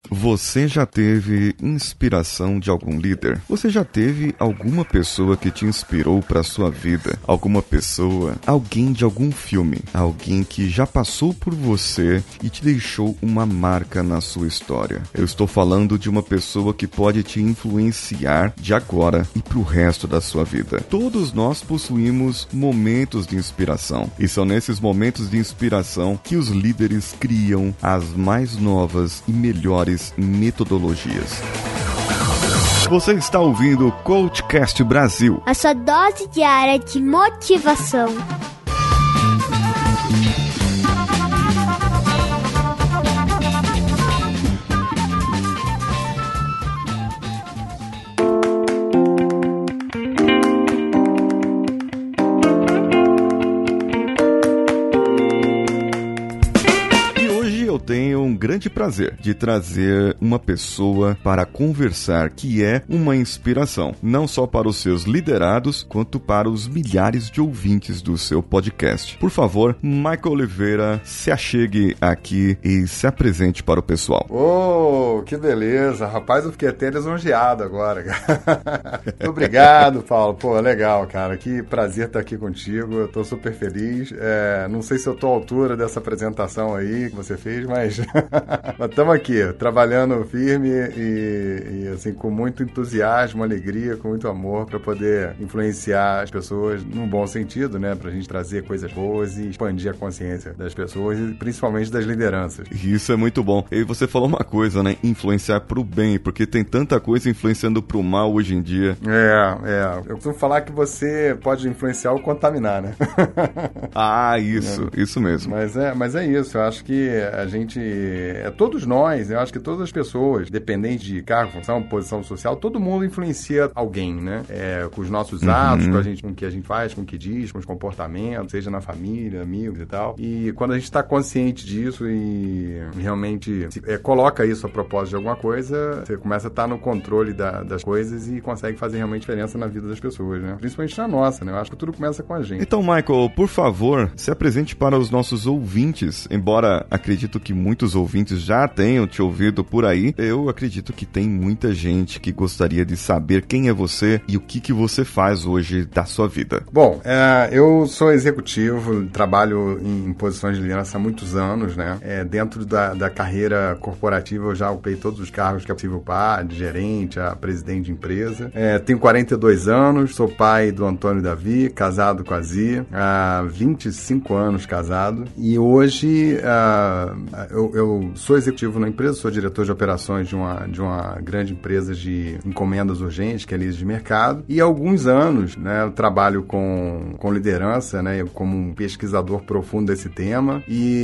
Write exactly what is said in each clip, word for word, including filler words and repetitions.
Você já teve inspiração de algum líder? Você já teve alguma pessoa que te inspirou para sua vida? Alguma pessoa, alguém de algum filme, alguém que já passou por você e te deixou uma marca na sua história? Eu estou falando de uma pessoa que pode te influenciar de agora e pro resto da sua vida. Todos nós possuímos momentos de inspiração, e são nesses momentos de inspiração que os líderes criam as mais novas e melhores metodologias. Você está ouvindo o CoachCast Brasil, a sua dose diária de motivação. Tenho um grande prazer de trazer uma pessoa para conversar que é uma inspiração, não só para os seus liderados, quanto para os milhares de ouvintes do seu podcast. Por favor, Michael Oliveira, se achegue aqui e se apresente para o pessoal. Oh, que beleza! Rapaz, eu fiquei até lisonjeado agora. Muito obrigado, Paulo. Pô, legal, cara. Que prazer estar aqui contigo. Eu tô super feliz. É, não sei se eu tô à altura dessa apresentação aí que você fez, mas Mas estamos aqui, trabalhando firme e, e assim, com muito entusiasmo, alegria, com muito amor para poder influenciar as pessoas num bom sentido, né? Pra gente trazer coisas boas e expandir a consciência das pessoas e principalmente das lideranças. Isso é muito bom. E você falou uma coisa, né? Influenciar pro bem, porque tem tanta coisa influenciando pro mal hoje em dia. É, é. Eu costumo falar que você pode influenciar ou contaminar, né? Ah, isso, é. isso mesmo. Mas é, mas é isso, eu acho que a gente é, todos nós, eu acho que todas as pessoas, dependente de cargo, função, posição social, todo mundo influencia alguém, né? É, com os nossos uhum. atos, com, a gente, com o que a gente faz, com o que diz, com os comportamentos, seja na família, amigos e tal. E quando a gente está consciente disso e realmente se, é, coloca isso a propósito de alguma coisa, você começa a estar no controle da, das coisas e consegue fazer realmente diferença na vida das pessoas, né? Principalmente na nossa, né? Eu acho que tudo começa com a gente. Então, Michael, por favor, se apresente para os nossos ouvintes, embora acredito que muitos ouvintes já tenham te ouvido por aí, eu acredito que tem muita gente que gostaria de saber quem é você e o que, que você faz hoje da sua vida. Bom, é, eu sou executivo, trabalho em posições de liderança há muitos anos, né? É, dentro da, da carreira corporativa eu já ocupei todos os cargos que é possível para, de gerente a presidente de empresa. É, tenho quarenta e dois anos, sou pai do Antônio Davi, casado com a Zia, há vinte e cinco anos casado, e hoje uh, Eu, eu sou executivo na empresa, sou diretor de operações de uma, de uma grande empresa de encomendas urgentes, que é líder de mercado. E há alguns anos, né, eu trabalho com, com liderança, né, como um pesquisador profundo desse tema,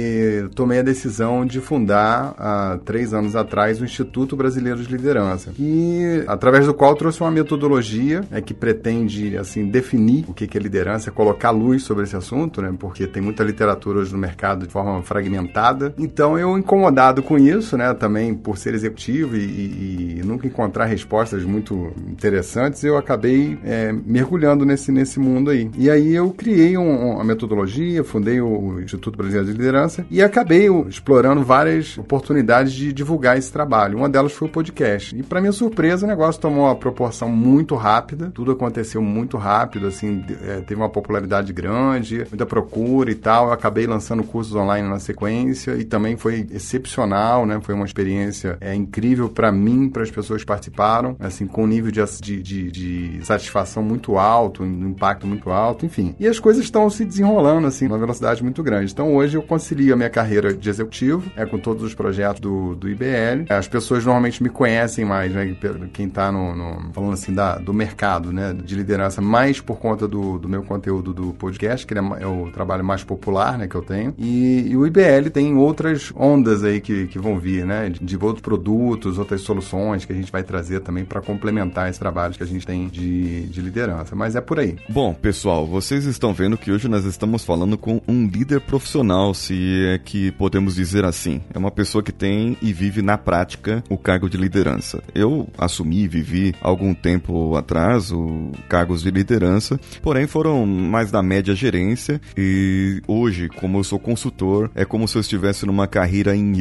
e tomei a decisão de fundar, há três anos atrás, o Instituto Brasileiro de Liderança, e através do qual trouxe uma metodologia é, que pretende assim, definir o que é liderança, colocar luz sobre esse assunto, né, porque tem muita literatura hoje no mercado de forma fragmentada. Então, eu incomodado com isso, né, também por ser executivo e, e, e nunca encontrar respostas muito interessantes, eu acabei é, mergulhando nesse, nesse mundo aí. E aí eu criei um, uma metodologia, fundei o Instituto Brasileiro de Liderança e acabei explorando várias oportunidades de divulgar esse trabalho. Uma delas foi o podcast. E para minha surpresa, o negócio tomou uma proporção muito rápida, tudo aconteceu muito rápido, assim, é, teve uma popularidade grande, muita procura e tal. Eu acabei lançando cursos online na sequência e também foi excepcional, né? Foi uma experiência é, incrível para mim, para as pessoas que participaram, assim, com um nível de, de, de, de satisfação muito alto, um impacto muito alto, enfim. E as coisas estão se desenrolando, assim, numa velocidade muito grande. Então, hoje eu concilio a minha carreira de executivo, é, com todos os projetos do, do I B L. As pessoas normalmente me conhecem mais, né? Quem tá no, no falando assim, da, do mercado, né? De liderança, mais por conta do, do meu conteúdo do podcast, que ele é, é o trabalho mais popular, né? Que eu tenho. E, e o I B L tem outras ondas aí que, que vão vir, né? De, de outros produtos, outras soluções que a gente vai trazer também para complementar esse trabalho que a gente tem de, de liderança. Mas é por aí. Bom, pessoal, vocês estão vendo que hoje nós estamos falando com um líder profissional, se é que podemos dizer assim. É uma pessoa que tem e vive na prática o cargo de liderança. Eu assumi e vivi algum tempo atrás o cargos de liderança, porém foram mais da média gerência, e hoje, como eu sou consultor, é como se eu estivesse numa carreira em Y.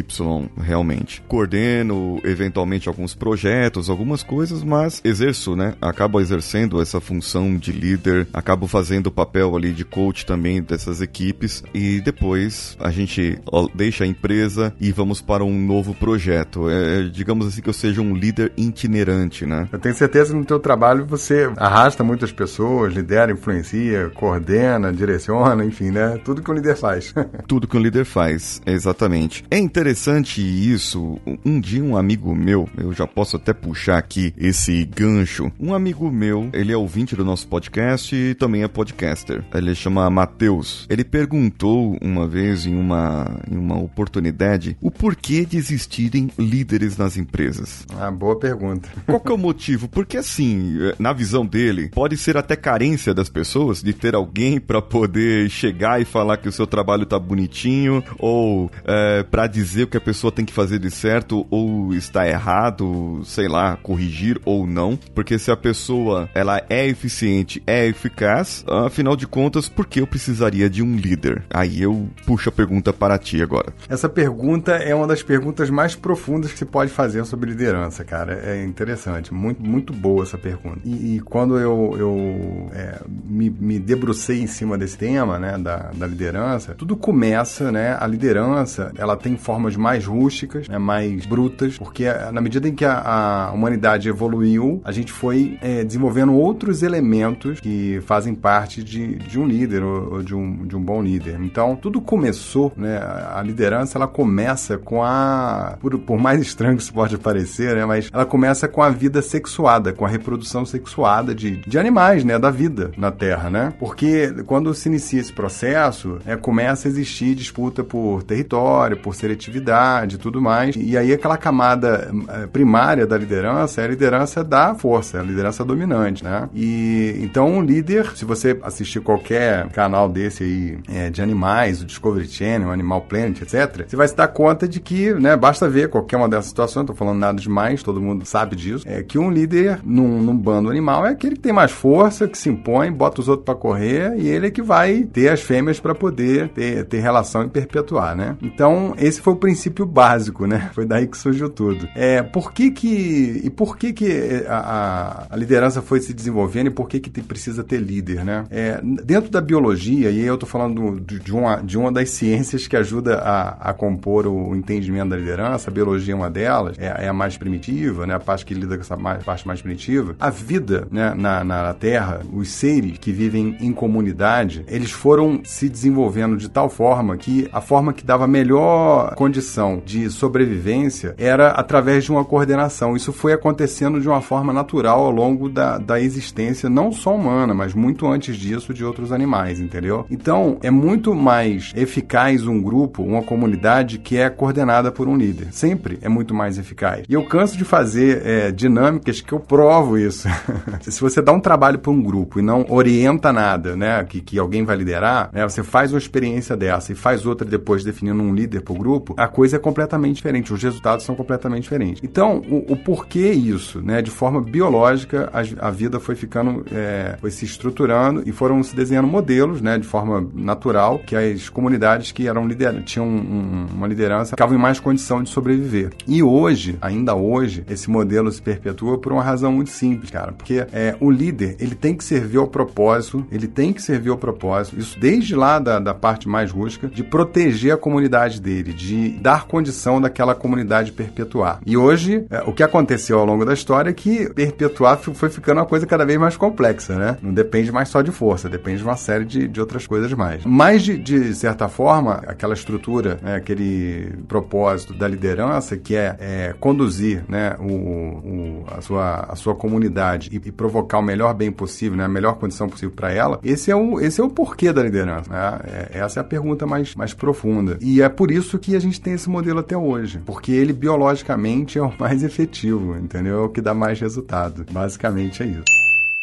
Y, realmente. Coordeno, eventualmente, alguns projetos, algumas coisas, mas exerço, né? Acabo exercendo essa função de líder, acabo fazendo o papel ali de coach também dessas equipes, e depois a gente ó, deixa a empresa e vamos para um novo projeto. É, digamos assim que eu seja um líder itinerante, né? Eu tenho certeza que no teu trabalho você arrasta muitas pessoas, lidera, influencia, coordena, direciona, enfim, né? Tudo que um líder faz. Tudo que um líder faz, exatamente. É interessante isso. Um dia um amigo meu, eu já posso até puxar aqui esse gancho, um amigo meu, ele é ouvinte do nosso podcast e também é podcaster. Ele chama Matheus. Ele perguntou uma vez em uma, em uma oportunidade o porquê de existirem líderes nas empresas. Ah, boa pergunta. Qual que é o motivo? Porque assim, na visão dele, pode ser até carência das pessoas de ter alguém para poder chegar e falar que o seu trabalho tá bonitinho, ou é, para dizer o que a pessoa tem que fazer de certo ou está errado, sei lá, corrigir ou não. Porque se a pessoa ela é eficiente, é eficaz, afinal de contas, por que eu precisaria de um líder? Aí eu puxo a pergunta para ti agora. Essa pergunta é uma das perguntas mais profundas que se pode fazer sobre liderança, cara. É interessante, muito, muito boa essa pergunta. E, e quando eu, eu é, me, me debrucei em cima desse tema, né, da, da liderança, tudo começa, né, a liderança, ela tem formas mais rústicas, né, mais brutas, porque na medida em que a, a humanidade evoluiu, a gente foi é, desenvolvendo outros elementos que fazem parte de, de um líder ou, ou de, um, de um bom líder. Então, tudo começou, né, a liderança, ela começa com a, por, por mais estranho que isso pode parecer, né, mas ela começa com a vida sexuada, com a reprodução sexuada de, de animais, né, da vida na Terra, né? Porque quando se inicia esse processo, é, começa a existir disputa por território, por seletividade e tudo mais, e aí aquela camada primária da liderança é a liderança da força, é a liderança dominante, né? E então um líder, se você assistir qualquer canal desse aí é, de animais, o Discovery Channel, Animal Planet, etcétera, você vai se dar conta de que, né, basta ver qualquer uma dessas situações, não tô falando nada demais, todo mundo sabe disso, é que um líder num, num bando animal é aquele que tem mais força, que se impõe, bota os outros pra correr, e ele é que vai ter as fêmeas para poder ter, ter relação e perpetuar, né? Então, esse foi o princípio básico, né? Foi daí que surgiu tudo. É, por que que... E por que que a, a liderança foi se desenvolvendo e por que que te, precisa ter líder, né? É, dentro da biologia, e aí eu tô falando de, de, uma, de uma das ciências que ajuda a, a compor o entendimento da liderança, a biologia é uma delas, é, é a mais primitiva, né? A parte que lida com essa mais, parte mais primitiva. A vida, né, na, na Terra, os seres que vivem em comunidade, eles foram se desenvolvendo de tal forma que a forma que dava melhor condição de sobrevivência era através de uma coordenação. Isso foi acontecendo de uma forma natural ao longo da, da existência, não só humana, mas muito antes disso de outros animais, entendeu? Então, é muito mais eficaz um grupo, uma comunidade que é coordenada por um líder. Sempre é muito mais eficaz. E eu canso de fazer é, dinâmicas que eu provo isso. Se você dá um trabalho para um grupo e não orienta nada, né, que, que alguém vai liderar, né, você faz uma experiência dessa e faz outra depois definindo um líder para o grupo, a coisa é completamente diferente, os resultados são completamente diferentes. Então, o, o porquê isso, né, de forma biológica, a, a vida foi ficando, é, foi se estruturando e foram se desenhando modelos, né, de forma natural, que as comunidades que eram lider- tinham um, uma liderança ficavam em mais condição de sobreviver. E hoje, ainda hoje, esse modelo se perpetua por uma razão muito simples, cara, porque é, o líder, ele tem que servir ao propósito, ele tem que servir ao propósito, isso desde lá da, da parte mais rústica, de proteger a comunidade dele, de dar condição daquela comunidade perpetuar. E hoje, é, o que aconteceu ao longo da história é que perpetuar foi ficando uma coisa cada vez mais complexa, né? Não depende mais só de força, depende de uma série de, de outras coisas mais. Mas, de, de certa forma, aquela estrutura, né, aquele propósito da liderança, que é, é conduzir, né, o, o, a, sua, a sua comunidade e, e provocar o melhor bem possível, né, a melhor condição possível para ela, esse é, o, esse é o porquê da liderança, né? É, essa é a pergunta mais, mais profunda. E é por isso que a gente tem esse modelo até hoje, porque ele biologicamente é o mais efetivo, entendeu? É o que dá mais resultado. Basicamente é isso.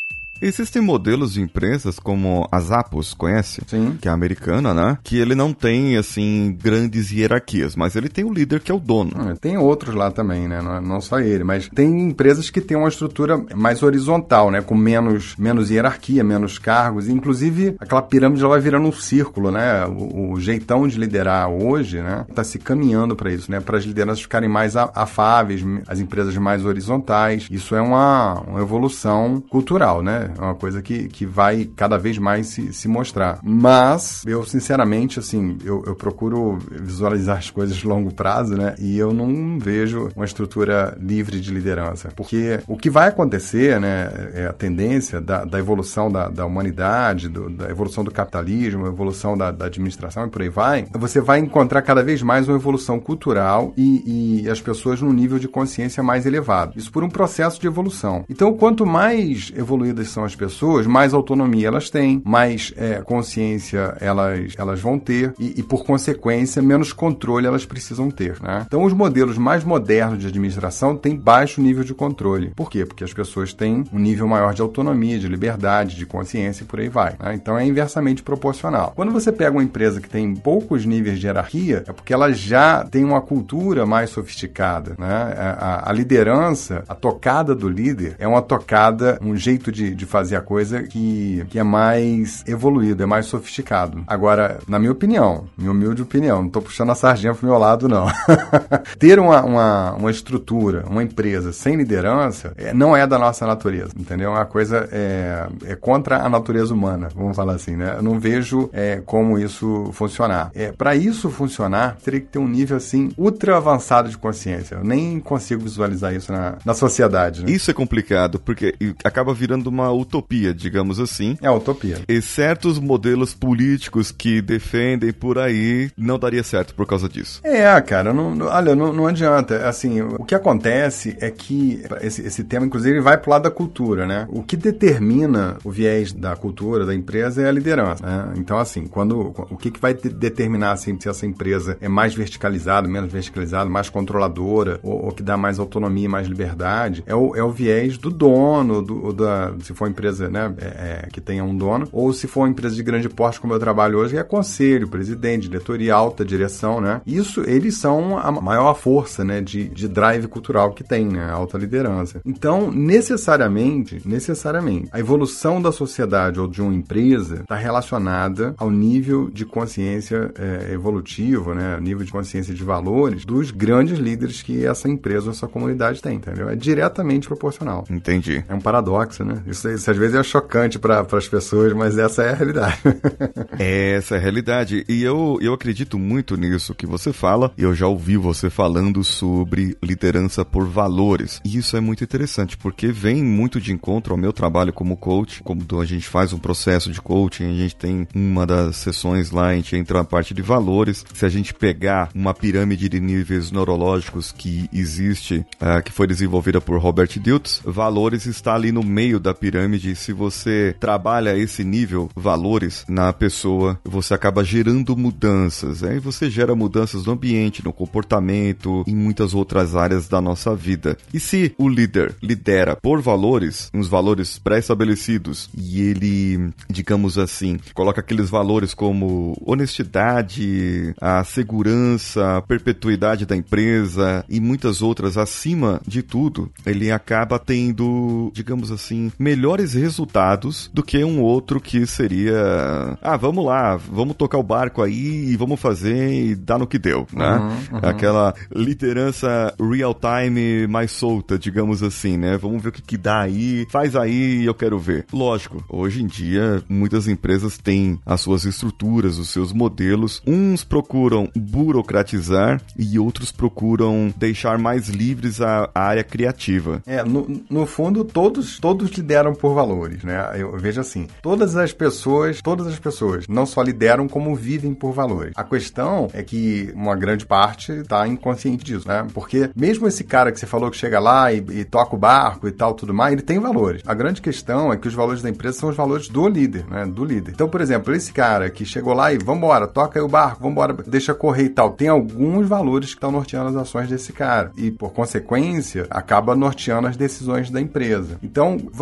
Existem modelos de empresas como a Zappos, conhece? Sim. Que é americana, né? Que ele não tem, assim, grandes hierarquias, mas ele tem o líder que é o dono. Hum, tem outros lá também, né? Não, não só ele, mas tem empresas que têm uma estrutura mais horizontal, né? Com menos, menos hierarquia, menos cargos. Inclusive, aquela pirâmide ela vai virando um círculo, né? O, o jeitão de liderar hoje, né? Tá se caminhando para isso, né? Para as lideranças ficarem mais afáveis, as empresas mais horizontais. Isso é uma, uma evolução cultural, né? É uma coisa que, que vai cada vez mais se, se mostrar. Mas, eu sinceramente, assim, eu, eu procuro visualizar as coisas de longo prazo, né? E eu não vejo uma estrutura livre de liderança. Porque o que vai acontecer, né? É a tendência da, da evolução da, da humanidade, do, da evolução do capitalismo, a evolução da, da administração e por aí vai. Você vai encontrar cada vez mais uma evolução cultural e, e as pessoas num nível de consciência mais elevado. Isso por um processo de evolução. Então, quanto mais evoluídas são as pessoas, mais autonomia elas têm, mais é, consciência elas, elas vão ter e, e, por consequência, menos controle elas precisam ter, né? Então, os modelos mais modernos de administração têm baixo nível de controle. Por quê? Porque as pessoas têm um nível maior de autonomia, de liberdade, de consciência e por aí vai, né? Então, é inversamente proporcional. Quando você pega uma empresa que tem poucos níveis de hierarquia, é porque ela já tem uma cultura mais sofisticada, né? A, a liderança, a tocada do líder é uma tocada, um jeito de, de fazer a coisa que, que é mais evoluído, é mais sofisticado. Agora, na minha opinião, minha humilde opinião, não tô puxando a sardinha pro meu lado, não. Ter uma, uma, uma estrutura, uma empresa sem liderança, é, não é da nossa natureza, entendeu? É uma coisa é, é contra a natureza humana, vamos falar assim, né? Eu não vejo é, como isso funcionar. É, para isso funcionar, teria que ter um nível, assim, ultra avançado de consciência. Eu nem consigo visualizar isso na, na sociedade, né? Isso é complicado, porque acaba virando uma utopia, digamos assim. É utopia. E certos modelos políticos que defendem por aí não daria certo por causa disso. É, cara, não, não, olha, não, não adianta. Assim, o que acontece é que esse, esse tema, inclusive, vai pro lado da cultura, né? O que determina o viés da cultura, da empresa, é a liderança, né? Então, assim, quando, o que, que vai de, determinar assim, se essa empresa é mais verticalizada, menos verticalizada, mais controladora, ou, ou que dá mais autonomia, mais liberdade, é o, é o viés do dono, do, da, se for uma empresa, né, é, é, que tenha um dono, ou se for uma empresa de grande porte, como eu trabalho hoje, é conselho, presidente, diretoria, alta direção, né? Isso, eles são a maior força, né, de, de drive cultural que tem, né, a alta liderança. Então, necessariamente, necessariamente, a evolução da sociedade ou de uma empresa está relacionada ao nível de consciência é, evolutivo, né, nível de consciência de valores dos grandes líderes que essa empresa ou essa comunidade tem, entendeu? É diretamente proporcional. Entendi. É um paradoxo, né? Isso, isso às vezes é chocante para as pessoas, mas essa é a realidade. Essa é a realidade. E eu, eu acredito muito nisso que você fala. Eu já ouvi você falando sobre liderança por valores. E isso é muito interessante, porque vem muito de encontro ao meu trabalho como coach. Como a gente faz um processo de coaching, a gente tem uma das sessões lá, a gente entra na parte de valores. Se a gente pegar uma pirâmide de níveis neurológicos que existe, uh, que foi desenvolvida por Robert Dilts, valores está ali no meio da pirâmide. Se você trabalha esse nível, valores, na pessoa, você acaba gerando mudanças. Aí você gera mudanças no ambiente, no comportamento, em muitas outras áreas da nossa vida. E se o líder lidera por valores, uns valores pré-estabelecidos, e ele, digamos assim, coloca aqueles valores como honestidade, a segurança, a perpetuidade da empresa e muitas outras acima de tudo, ele acaba tendo, digamos assim, melhores resultados do que um outro que seria, ah, vamos lá, vamos tocar o barco aí e vamos fazer e dar no que deu, né? Uhum, uhum. Aquela liderança real time mais solta, digamos assim, né? Vamos ver o que que dá aí, faz aí e eu quero ver. Lógico, hoje em dia, muitas empresas têm as suas estruturas, os seus modelos. Uns procuram burocratizar e outros procuram deixar mais livres a, a área criativa. É, no, no fundo, todos, todos lideram por valores, né? Eu vejo assim, todas as pessoas, todas as pessoas não só lideram como vivem por valores. A questão é que uma grande parte está inconsciente disso, né? Porque mesmo esse cara que você falou que chega lá e, e toca o barco e tal, tudo mais, ele tem valores. A grande questão é que os valores da empresa são os valores do líder, né? Do líder. Então, por exemplo, esse cara que chegou lá e vambora, toca aí o barco, vambora, deixa correr e tal, tem alguns valores que estão norteando as ações desse cara. E, por consequência, acaba norteando as decisões da empresa. Então, valor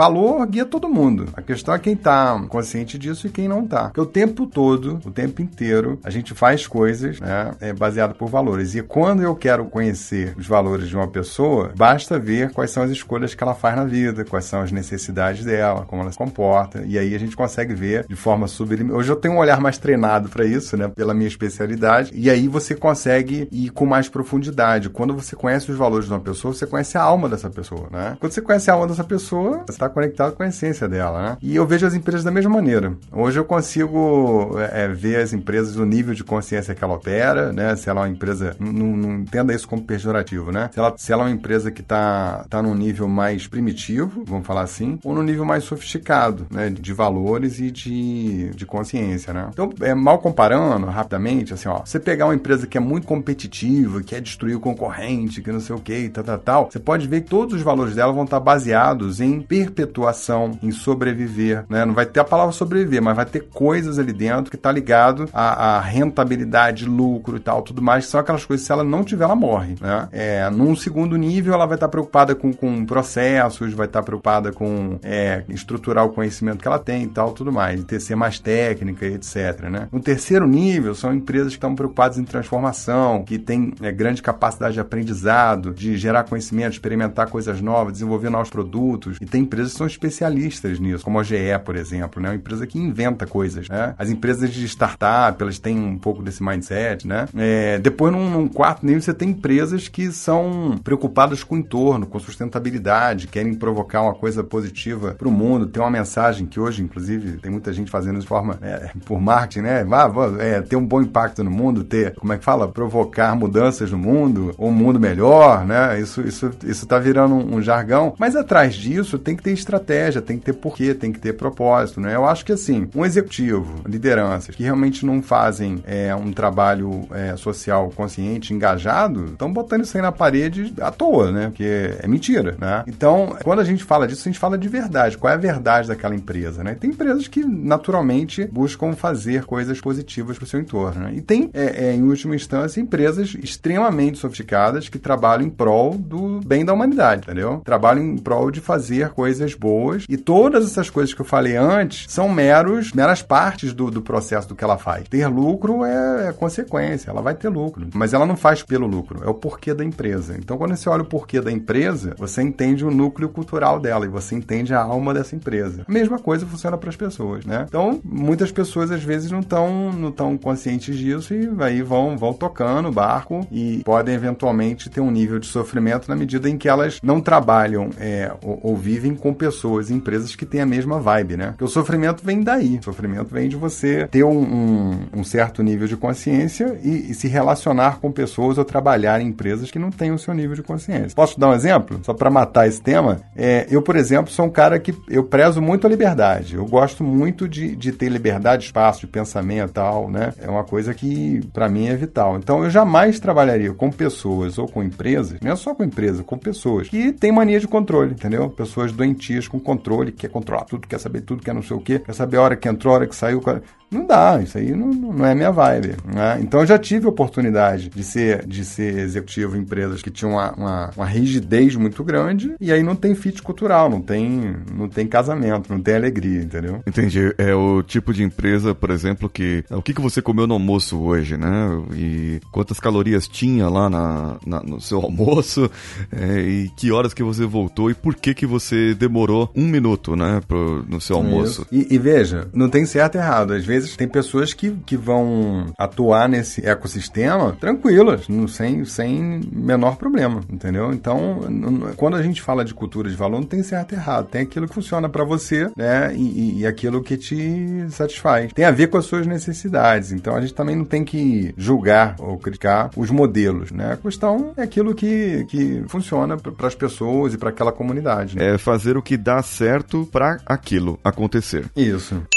guia todo mundo. A questão é quem tá consciente disso e quem não tá. Porque o tempo todo, o tempo inteiro, a gente faz coisas, né, é, baseado por valores. E quando eu quero conhecer os valores de uma pessoa, basta ver quais são as escolhas que ela faz na vida, quais são as necessidades dela, como ela se comporta. E aí a gente consegue ver de forma subliminar. Hoje eu tenho um olhar mais treinado para isso, né, pela minha especialidade. E aí você consegue ir com mais profundidade. Quando você conhece os valores de uma pessoa, você conhece a alma dessa pessoa, né? Quando você conhece a alma dessa pessoa, você está conectado com a essência dela, né? E eu vejo as empresas da mesma maneira. Hoje eu consigo é, ver as empresas, o nível de consciência que ela opera, né? Se ela é uma empresa, não, não entenda isso como pejorativo, né? Se ela, se ela é uma empresa que está tá num nível mais primitivo, vamos falar assim, ou num nível mais sofisticado, né? De valores e de, de consciência, né? Então, é, mal comparando, rapidamente, assim, ó, você pegar uma empresa que é muito competitiva, que quer destruir o concorrente, que não sei o que, tal, tal, tal, você pode ver que todos os valores dela vão estar baseados em perpetuação, em sobreviver, né? Não vai ter a palavra sobreviver, mas vai ter coisas ali dentro que tá ligado à, à rentabilidade, lucro e tal, tudo mais, que são aquelas coisas que se ela não tiver, ela morre, né? É, num segundo nível, ela vai estar preocupada com, com processos, vai estar preocupada com é, estruturar o conhecimento que ela tem e tal, tudo mais, ter ser mais técnica e etc, né? No terceiro nível, são empresas que estão preocupadas em transformação, que têm é, grande capacidade de aprendizado, de gerar conhecimento, experimentar coisas novas, desenvolver novos produtos, e tem empresas que são especialistas nisso, como a G E, por exemplo, né? Uma empresa que inventa coisas, né? As empresas de startup, elas têm um pouco desse mindset, né? É, depois, num, num quarto nível, você tem empresas que são preocupadas com o entorno, com sustentabilidade, querem provocar uma coisa positiva para o mundo, tem uma mensagem que hoje, inclusive, tem muita gente fazendo isso de forma, é, por marketing, né? Ah, é, ter um bom impacto no mundo, ter, como é que fala? Provocar mudanças no mundo, ou um mundo melhor, né? Isso, isso, isso tá virando um, um jargão, mas atrás disso tem que ter estratégia, tem que ter porquê, tem que ter propósito, né? Eu acho que, assim, um executivo, lideranças, que realmente não fazem é, um trabalho é, social consciente, engajado, estão botando isso aí na parede à toa, né? Porque é mentira, né? Então, quando a gente fala disso, a gente fala de verdade. Qual é a verdade daquela empresa, né? Tem empresas que, naturalmente, buscam fazer coisas positivas para o seu entorno, né? E tem, é, é, em última instância, empresas extremamente sofisticadas que trabalham em prol do bem da humanidade, entendeu? Trabalham em prol de fazer coisas boas, e todas essas coisas que eu falei antes são meros, meras partes do, do processo do que ela faz. Ter lucro é, é consequência, ela vai ter lucro, mas ela não faz pelo lucro, é o porquê da empresa. Então, quando você olha o porquê da empresa, você entende o núcleo cultural dela e você entende a alma dessa empresa. A mesma coisa funciona para as pessoas, né? Então, muitas pessoas às vezes não estão não estão conscientes disso e aí vão, vão tocando o barco e podem eventualmente ter um nível de sofrimento na medida em que elas não trabalham é, ou, ou vivem com pessoas e empresas que têm a mesma vibe, né? Porque o sofrimento vem daí. O sofrimento vem de você ter um, um, um certo nível de consciência e, e se relacionar com pessoas ou trabalhar em empresas que não têm o seu nível de consciência. Posso te dar um exemplo? Só para matar esse tema? É, eu, por exemplo, sou um cara que eu prezo muito a liberdade. Eu gosto muito de, de ter liberdade de espaço, de pensamento e tal, né? É uma coisa que, para mim, é vital. Então, eu jamais trabalharia com pessoas ou com empresas, não é só com empresas, com pessoas que têm mania de controle, entendeu? Pessoas doentias com controle, que quer controlar tudo, quer saber tudo, quer não sei o quê, quer saber a hora que entrou, a hora que saiu. Não dá, isso aí não, não é minha vibe, né? Então, eu já tive a oportunidade de ser, de ser executivo em empresas que tinham uma, uma, uma rigidez muito grande e aí não tem fit cultural, não tem, não tem casamento, não tem alegria, entendeu? Entendi. É o tipo de empresa, por exemplo, que o que, que você comeu no almoço hoje, né? E quantas calorias tinha lá na, na, no seu almoço, é, e que horas que você voltou e por que que você demorou um minuto, né, pro, no seu almoço. E, e veja, não tem certo e errado. Às vezes tem pessoas que, que vão atuar nesse ecossistema tranquilas, não, sem, sem menor problema, entendeu? Então, quando a gente fala de cultura de valor, não tem certo e errado. Tem aquilo que funciona para você, né, e, e aquilo que te satisfaz. Tem a ver com as suas necessidades. Então, a gente também não tem que julgar ou criticar os modelos, né? A questão é aquilo que, que funciona para as pessoas e para aquela comunidade, né? É fazer o que dá certo para aquilo acontecer. Isso.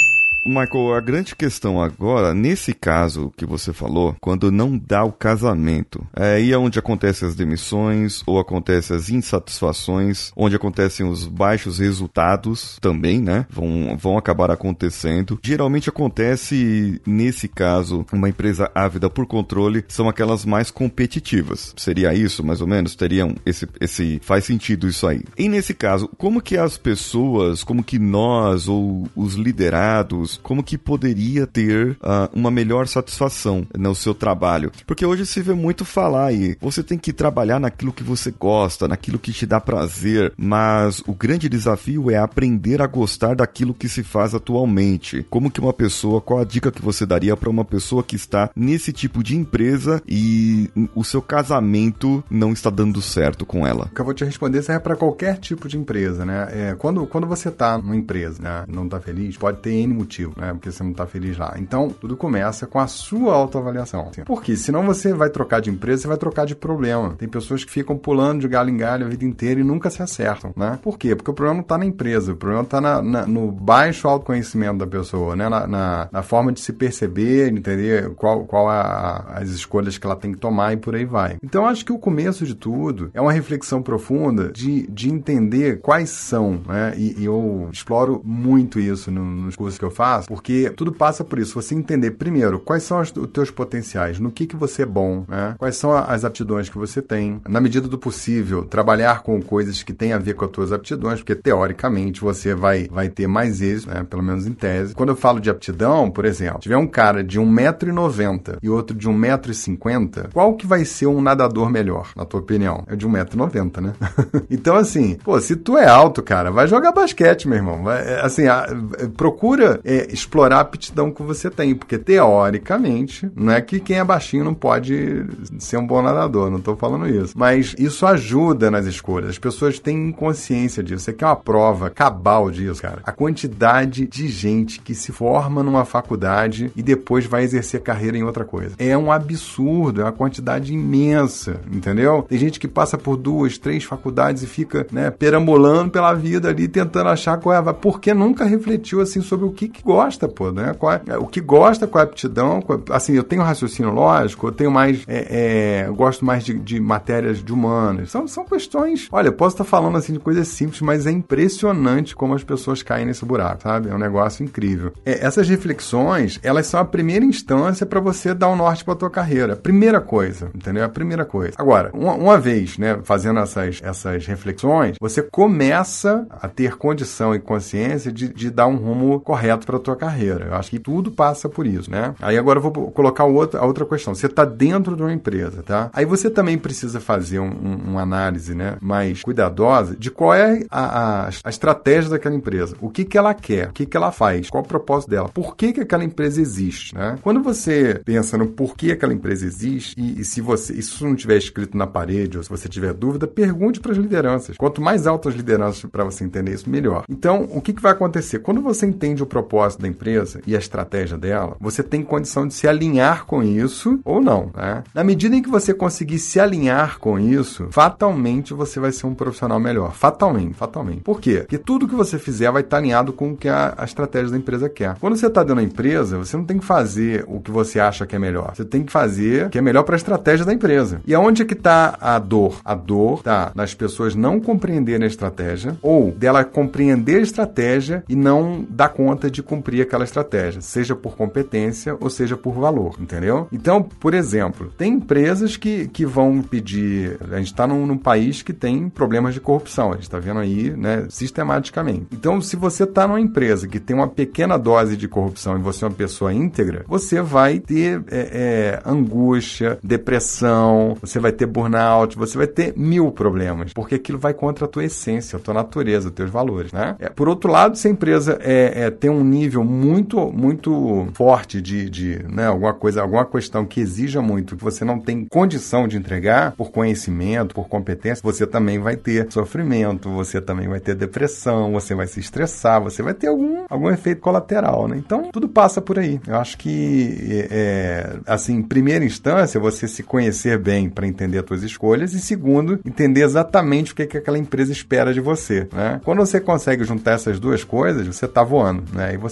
Michael, a grande questão agora, nesse caso que você falou, quando não dá o casamento, é aí onde acontecem as demissões, ou acontecem as insatisfações, onde acontecem os baixos resultados também, né? Vão, vão acabar acontecendo. Geralmente acontece, nesse caso, uma empresa ávida por controle, são aquelas mais competitivas. Seria isso, mais ou menos? Teriam esse, esse... Faz sentido isso aí. E nesse caso, como que as pessoas, como que nós, ou os liderados, como que poderia ter uh, uma melhor satisfação no seu trabalho? Porque hoje se vê muito falar aí, você tem que trabalhar naquilo que você gosta, naquilo que te dá prazer, mas o grande desafio é aprender a gostar daquilo que se faz atualmente. Como que uma pessoa, qual a dica que você daria para uma pessoa que está nesse tipo de empresa e o seu casamento não está dando certo com ela? O que eu vou te responder serve para qualquer tipo de empresa, né? É, quando, quando você está numa empresa, né, não está feliz, pode ter N motivo, né? Porque você não está feliz lá. Então, tudo começa com a sua autoavaliação. Porque senão você vai trocar de empresa, você vai trocar de problema. Tem pessoas que ficam pulando de galho em galho a vida inteira e nunca se acertam, né? Por quê? Porque o problema não está na empresa, o problema está na, na, no baixo autoconhecimento da pessoa, né? Na, na, na forma de se perceber, entender qual, qual a, as escolhas que ela tem que tomar e por aí vai. Então, acho que o começo de tudo é uma reflexão profunda de, de entender quais são, né? E, e eu exploro muito isso no, nos cursos que eu faço, porque tudo passa por isso. Você entender, primeiro, quais são as, os teus potenciais, no que que você é bom, né? Quais são as aptidões que você tem. Na medida do possível, trabalhar com coisas que têm a ver com as tuas aptidões, porque, teoricamente, você vai, vai ter mais êxito, né? Pelo menos em tese. Quando eu falo de aptidão, por exemplo, se tiver um cara de um metro e noventa e outro de um metro e cinquenta, qual que vai ser um nadador melhor, na tua opinião? É de um metro e noventa, né? Então, assim, pô, se tu é alto, cara, vai jogar basquete, meu irmão. Vai, assim, a, procura é, explorar a aptidão que você tem, porque, teoricamente, não é que quem é baixinho não pode ser um bom nadador, não tô falando isso. Mas isso ajuda nas escolhas. As pessoas têm consciência disso. Você quer uma prova cabal disso, cara? A quantidade de gente que se forma numa faculdade e depois vai exercer carreira em outra coisa. É um absurdo, é uma quantidade imensa, entendeu? Tem gente que passa por duas, três faculdades e fica, né, perambulando pela vida ali, tentando achar qual é, porque nunca refletiu, assim, sobre o que que gosta, pô, né? Qual é, o que gosta, qual é a aptidão, qual, assim, eu tenho raciocínio lógico, eu tenho mais, é, é, eu gosto mais de, de matérias de humanas. São, são questões, olha, eu posso estar falando, assim, de coisas simples, mas é impressionante como as pessoas caem nesse buraco, sabe? É um negócio incrível. É, essas reflexões, elas são a primeira instância para você dar um norte para tua carreira. Primeira coisa, entendeu? A primeira coisa. Agora, uma, uma vez, né, fazendo essas, essas reflexões, você começa a ter condição e consciência de, de dar um rumo correto para tua carreira. Eu acho que tudo passa por isso, né? Aí agora eu vou colocar o outro, a outra questão. Você está dentro de uma empresa, tá? Aí você também precisa fazer um, um, uma análise, né, mais cuidadosa de qual é a, a, a estratégia daquela empresa. O que que ela quer? O que que ela faz? Qual o propósito dela? Por que que aquela empresa existe, né? Quando você pensa no porquê aquela empresa existe e, e se você, isso não tiver escrito na parede ou se você tiver dúvida, pergunte para as lideranças. Quanto mais altas as lideranças para você entender isso, melhor. Então, o que que vai acontecer? Quando você entende o propósito da empresa e a estratégia dela, você tem condição de se alinhar com isso ou não, né? Na medida em que você conseguir se alinhar com isso, fatalmente você vai ser um profissional melhor. Fatalmente, fatalmente. Por quê? Porque tudo que você fizer vai estar alinhado com o que a, a estratégia da empresa quer. Quando você está dentro da empresa, você não tem que fazer o que você acha que é melhor. Você tem que fazer o que é melhor para a estratégia da empresa. E aonde é que está a dor? A dor está nas pessoas não compreenderem a estratégia ou dela compreender a estratégia e não dar conta de cumprir aquela estratégia, seja por competência ou seja por valor, entendeu? Então, por exemplo, tem empresas que, que vão pedir... A gente está num, num país que tem problemas de corrupção, a gente está vendo aí, né, sistematicamente. Então, se você está numa empresa que tem uma pequena dose de corrupção e você é uma pessoa íntegra, você vai ter é, é, angústia, depressão, você vai ter burnout, você vai ter mil problemas, porque aquilo vai contra a tua essência, a tua natureza, os teus valores, né? É, por outro lado, se a empresa é, é, tem um nível muito, muito forte de, de né, alguma coisa, alguma questão que exija muito, que você não tem condição de entregar por conhecimento, por competência, você também vai ter sofrimento, você também vai ter depressão, você vai se estressar, você vai ter algum, algum efeito colateral, né? Então, tudo passa por aí. Eu acho que, é, assim, em primeira instância, você se conhecer bem para entender as suas escolhas e, segundo, entender exatamente o que, que aquela empresa espera de você, né? Quando você consegue juntar essas duas coisas, você tá voando, né? E você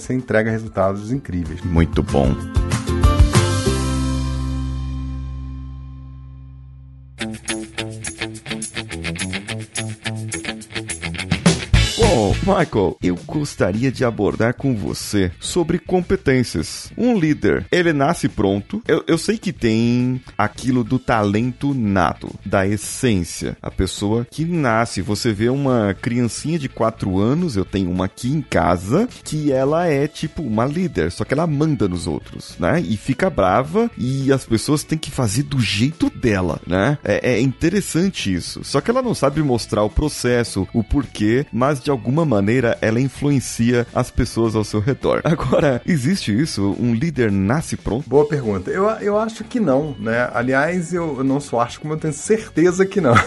você entrega resultados incríveis. Muito bom. Bom, Michael, eu gostaria de abordar com você sobre competências. Um líder, ele nasce pronto. Eu, eu sei que tem aquilo do talento nato, da essência. A pessoa que nasce, você vê uma criancinha de quatro anos, eu tenho uma aqui em casa, que ela é tipo uma líder, só que ela manda nos outros, né? E fica brava e as pessoas têm que fazer do jeito dela, né? É, é interessante isso. Só que ela não sabe mostrar o processo, o porquê, mas de alguma maneira ela influencia as pessoas ao seu redor. Agora, existe isso? Um líder nasce pronto? Boa pergunta. Eu, eu acho que não, né? Aliás, eu, eu não só acho, como eu tenho certeza que não.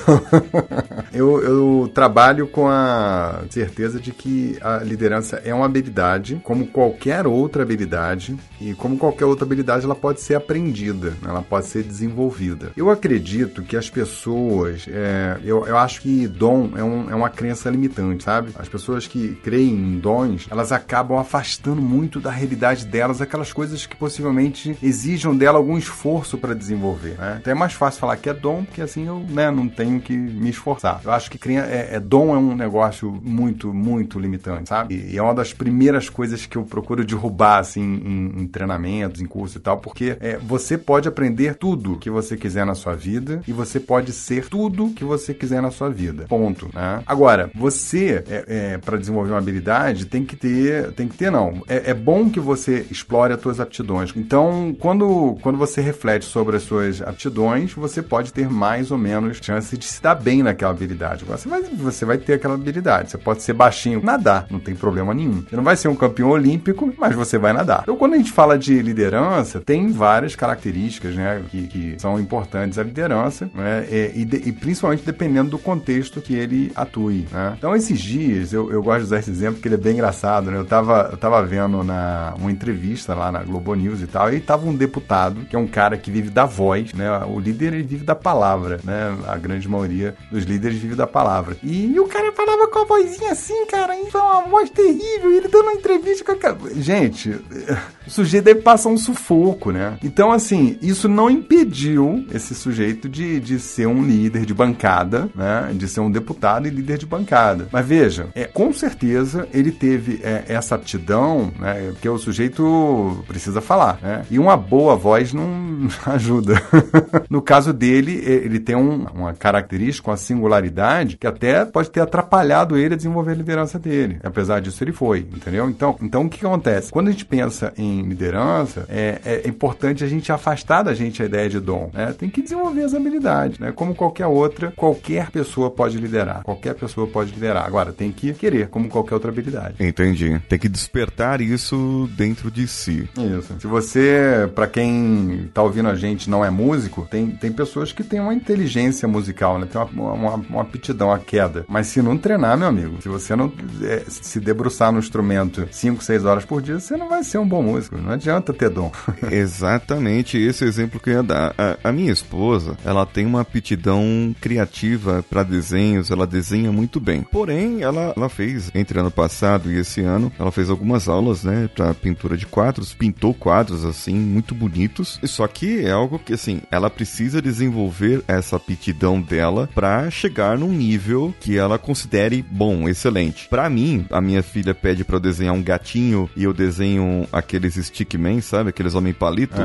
eu, eu trabalho com a certeza de que a liderança é uma habilidade, como qualquer outra habilidade, e como qualquer outra habilidade, ela pode ser aprendida, né? Ela pode ser desenvolvida. Eu acredito que as pessoas, é, eu, eu acho que dom é, um, é uma crença limitante, sabe? As pessoas que creem em dons, elas acabam afastando muito da realidade delas aquelas coisas que possivelmente exijam dela algum esforço para desenvolver, né? Então é mais fácil falar que é dom, porque assim eu, né, não tenho que me esforçar. Eu acho que é, é, dom é um negócio muito, muito limitante, sabe? E, e é uma das primeiras coisas que eu procuro derrubar, assim, em, em treinamentos, em curso e tal, porque é, você pode aprender tudo que você quiser na sua vida e você pode ser tudo que você quiser na sua vida. Ponto, né? Agora, você, é, é, para desenvolver uma habilidade, tem que ter, tem que ter não. É, é bom que você explore as suas aptidões. Então, quando, quando você reflete sobre as suas aptidões, você pode ter mais ou menos chance de se dar bem naquela habilidade. Agora, você vai, você vai ter aquela habilidade. Você pode ser baixinho, nadar, não tem problema nenhum. Você não vai ser um campeão olímpico, mas você vai nadar. Então, quando a gente fala de liderança, tem várias características, né, que, que são importantes à liderança, né, e, e, de, e principalmente dependendo do contexto que ele atue, né? Então, esses dias, eu, eu gosto de usar esse exemplo porque ele é bem engraçado, né? Eu tava, eu tava vendo na, uma entrevista lá na Globo News e tal, e tava um deputado, que é um cara que vive da voz, né? O líder, ele vive da palavra, né? A grande maioria dos líderes vive da palavra. E, e o cara falava com a vozinha assim, cara, então uma voz terrível, e ele dando uma entrevista com a... Gente, o sujeito deve passar um sufoco, né? Então, assim, isso não impediu esse sujeito de, de ser um líder de bancada, né? De ser um deputado e líder de bancada. Mas veja, é, com certeza ele teve é, essa aptidão, né? Porque o sujeito precisa falar, né? E uma boa voz não ajuda. No caso dele, ele tem um, uma característica, uma singularidade que até pode ter atrapalhado ele a desenvolver a liderança dele. Apesar disso, ele foi, entendeu? Então, então o que acontece? Quando a gente pensa em liderança, é, é importante a gente afastar da gente a ideia de dom, né? Tem que desenvolver as habilidades, né? Como qualquer outra, qualquer pessoa pode liderar. Qualquer pessoa pode liderar. Agora, tem que querer, como qualquer outra habilidade. Entendi. Tem que despertar isso dentro de si. Isso. Se você, pra quem tá ouvindo a gente, não é músico, tem, tem pessoas que têm uma inteligência musical, né? Tem uma, uma, uma aptidão à queda. Mas se não treinar, meu amigo, se você não é, se debruçar no instrumento cinco, seis horas por dia, você não vai ser um bom músico. Não adianta ter dom. Exatamente esse exemplo que eu ia dar. A, a minha esposa, ela tem uma aptidão criativa para desenhos, ela desenha muito bem. Porém, ela, ela fez, entre ano passado e esse ano, ela fez algumas aulas, né, para pintura de quadros, pintou quadros, assim, muito bonitos. Só que é algo que, assim, ela precisa desenvolver essa aptidão dela para chegar num nível que ela considere bom, excelente. Para mim, a minha filha pede para eu desenhar um gatinho e eu desenho aqueles stickman, sabe? Aqueles homem palito,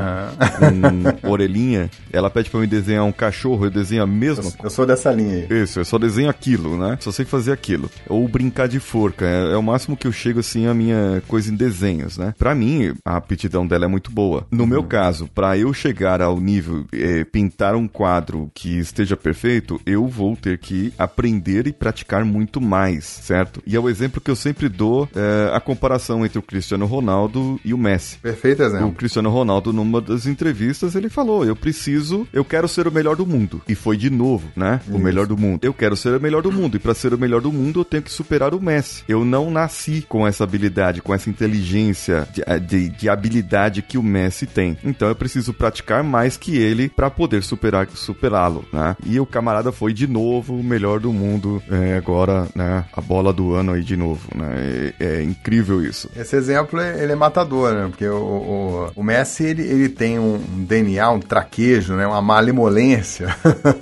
uhum. com orelhinha. Ela pede para eu desenhar um cachorro, eu desenho a mesma coisa. Eu sou dessa linha aí. Isso, eu só desenho aquilo, né? Só sei fazer aquilo. Ou brincar de forca. É, é o máximo que eu chego, assim, a minha coisa em desenhos, né? Pra mim, a aptidão dela é muito boa. No uhum. meu caso, pra eu chegar ao nível, é, pintar um quadro que esteja perfeito, eu vou ter que aprender e praticar muito mais, certo? E é o exemplo que eu sempre dou, é, a comparação entre o Cristiano Ronaldo e o Messi. Messi. Perfeito exemplo. O Cristiano Ronaldo, numa das entrevistas, ele falou, eu preciso, eu quero ser o melhor do mundo. E foi de novo, né? Isso. O melhor do mundo. Eu quero ser o melhor do mundo. E para ser o melhor do mundo, eu tenho que superar o Messi. Eu não nasci com essa habilidade, com essa inteligência de, de, de habilidade que o Messi tem. Então eu preciso praticar mais que ele para poder superar, superá-lo, né? E o camarada foi de novo o melhor do mundo, é, agora, né? A bola do ano aí de novo, né? É, é incrível isso. Esse exemplo, ele é matador, né? Porque o, o, o Messi, ele, ele tem um D N A, um traquejo, né? Uma malemolência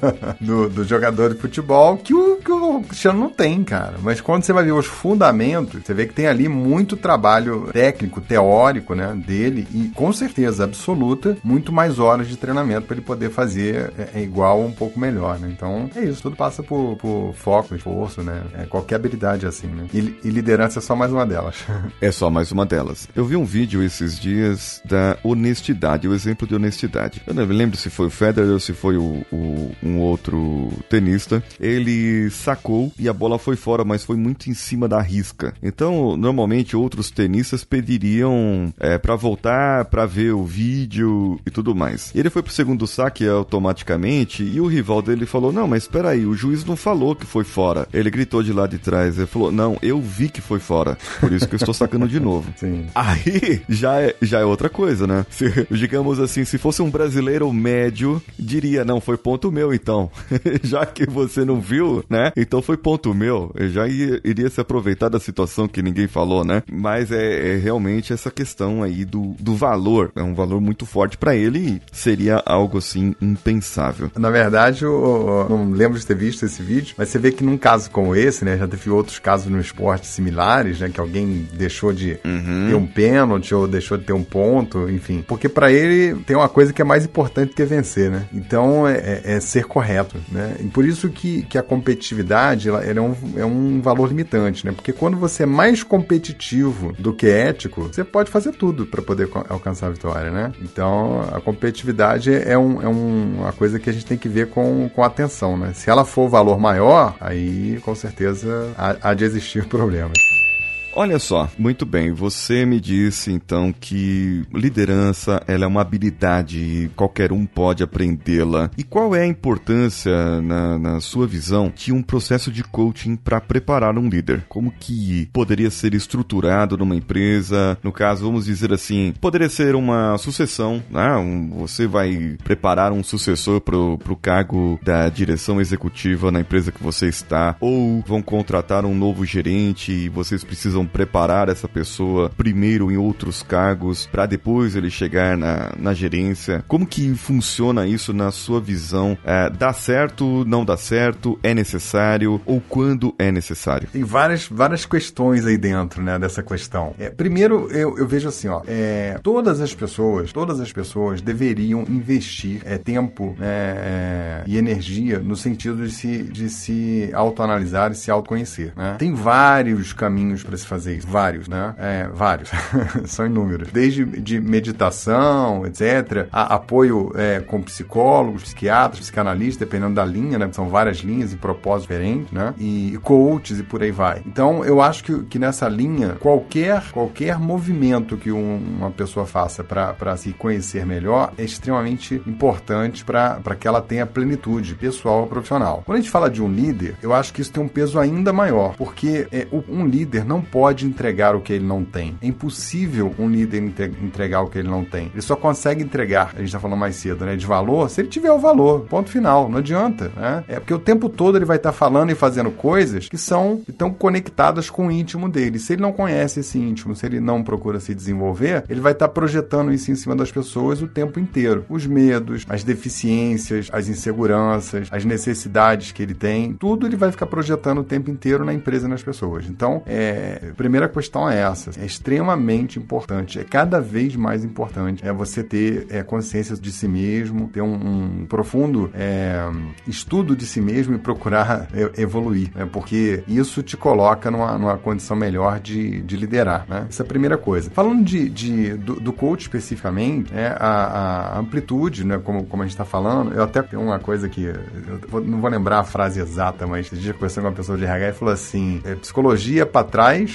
do, do jogador de futebol que o, que o Cristiano não tem, cara. Mas quando você vai ver os fundamentos, você vê que tem ali muito trabalho técnico, teórico, né? Dele e, com certeza absoluta, muito mais horas de treinamento para ele poder fazer é, é igual um pouco melhor, né? Então, é isso. Tudo passa por, por foco, esforço, né? É, qualquer habilidade assim, né? E, e liderança é só mais uma delas. É só mais uma delas. Eu vi um vídeo esses dias da honestidade, o exemplo de honestidade. Eu não me lembro se foi o Federer ou se foi o, o, um outro tenista. Ele sacou e a bola foi fora, mas foi muito em cima da risca. Então, normalmente, outros tenistas pediriam é, para voltar, para ver o vídeo e tudo mais. E ele foi pro segundo saque automaticamente e o rival dele falou, não, mas espera aí, o juiz não falou que foi fora. Ele gritou de lá de trás, ele falou, não, eu vi que foi fora, por isso que eu estou sacando de novo. Sim. Aí, já é, já é outra coisa, né? Se, digamos assim, se fosse um brasileiro médio, diria, não, foi ponto meu então. Já que você não viu, né? Então foi ponto meu. Eu já ia, iria se aproveitar da situação que ninguém falou, né? Mas é, é realmente essa questão aí do, do valor. É um valor muito forte pra ele e seria algo assim impensável. Na verdade, eu, eu não lembro de ter visto esse vídeo, mas você vê que num caso como esse, né? Já teve outros casos no esporte similares, né? Que alguém deixou de uhum. ter um pênalti ou deixou de ter um ponto, enfim. Porque pra ele tem uma coisa que é mais importante que vencer, né? Então é, é ser correto, né? E por isso que, que a competitividade ela, ela é, um, é um valor limitante, né? Porque quando você é mais competitivo do que ético, você pode fazer tudo pra poder alcançar a vitória, né? Então a competitividade é, um, é um, uma coisa que a gente tem que ver com, com atenção, né? Se ela for o valor maior, aí com certeza há, há de existir problemas. Olha só, muito bem, você me disse então que liderança ela é uma habilidade e qualquer um pode aprendê-la. E qual é a importância, na, na sua visão, de um processo de coaching para preparar um líder? Como que poderia ser estruturado numa empresa? No caso, vamos dizer assim, poderia ser uma sucessão, né? Um, você vai preparar um sucessor para o cargo da direção executiva na empresa que você está, ou vão contratar um novo gerente e vocês precisam preparar essa pessoa primeiro em outros cargos para depois ele chegar na, na gerência. Como que funciona isso na sua visão? É, dá certo, não dá certo, é necessário ou quando é necessário? Tem várias, várias questões aí dentro, né, dessa questão. É, primeiro, eu, eu vejo assim, ó, é, todas as pessoas, todas as pessoas deveriam investir é, tempo né, é, e energia no sentido de se, de se autoanalisar e se autoconhecer, né? Tem vários caminhos para se fazer fazer isso, vários, né? É, vários, são inúmeros. Desde de meditação, etcétera, a, apoio é, com psicólogos, psiquiatras, psicanalistas, dependendo da linha, né? São várias linhas e propósitos diferentes, né? E coaches e por aí vai. Então, eu acho que, que nessa linha, qualquer, qualquer movimento que um, uma pessoa faça para se conhecer melhor é extremamente importante para que ela tenha plenitude pessoal ou profissional. Quando a gente fala de um líder, eu acho que isso tem um peso ainda maior, porque é, um líder não pode pode entregar o que ele não tem. É impossível um líder entregar o que ele não tem. Ele só consegue entregar, a gente tá falando mais cedo, né, de valor, se ele tiver o valor. Ponto final. Não adianta, né? É porque o tempo todo ele vai estar tá falando e fazendo coisas que são que estão conectadas com o íntimo dele. Se ele não conhece esse íntimo, se ele não procura se desenvolver, ele vai estar tá projetando isso em cima das pessoas o tempo inteiro. Os medos, as deficiências, as inseguranças, as necessidades que ele tem, tudo ele vai ficar projetando o tempo inteiro na empresa e nas pessoas. Então, é... a primeira questão é essa, é extremamente importante, é cada vez mais importante, é você ter é, consciência de si mesmo, ter um, um profundo é, estudo de si mesmo e procurar é, evoluir, né? Porque isso te coloca numa, numa condição melhor de, de liderar, né? Essa é a primeira coisa. Falando de, de, do, do coach especificamente, é, a, a amplitude, né, como, como a gente está falando, eu até tenho uma coisa que, eu vou, não vou lembrar a frase exata, mas esse dia conversando com uma pessoa de R H e falou assim, é, psicologia para trás,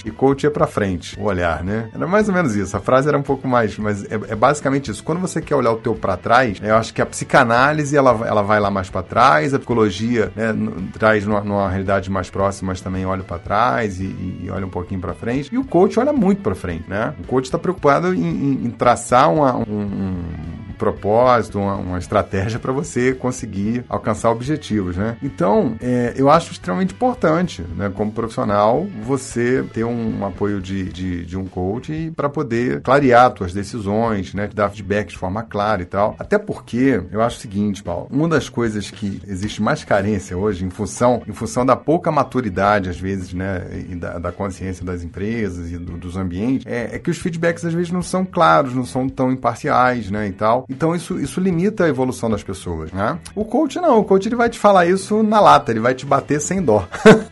e coach é pra frente, o olhar, né? Era mais ou menos isso. A frase era um pouco mais, mas é, é basicamente isso. Quando você quer olhar o teu pra trás, eu acho que a psicanálise, ela, ela vai lá mais pra trás, a psicologia, né, n- traz numa, numa realidade mais próxima, mas também olha pra trás e, e, e olha um pouquinho pra frente. E o coach olha muito pra frente, né? O coach tá preocupado em, em, em traçar uma, um, um propósito, uma, uma estratégia para você conseguir alcançar objetivos, né? Então, é, eu acho extremamente importante, né, como profissional, você ter um, um apoio de, de, de um coach para poder clarear suas decisões, né, te dar feedback de forma clara e tal. Até porque, eu acho o seguinte, Paulo, uma das coisas que existe mais carência hoje, em função, em função da pouca maturidade, às vezes, né, e da, da consciência das empresas e do, dos ambientes, é, é que os feedbacks, às vezes, não são claros, não são tão imparciais, né, e tal. Então, isso, isso limita a evolução das pessoas, né? O coach não, o coach ele vai te falar isso na lata, ele vai te bater sem dó.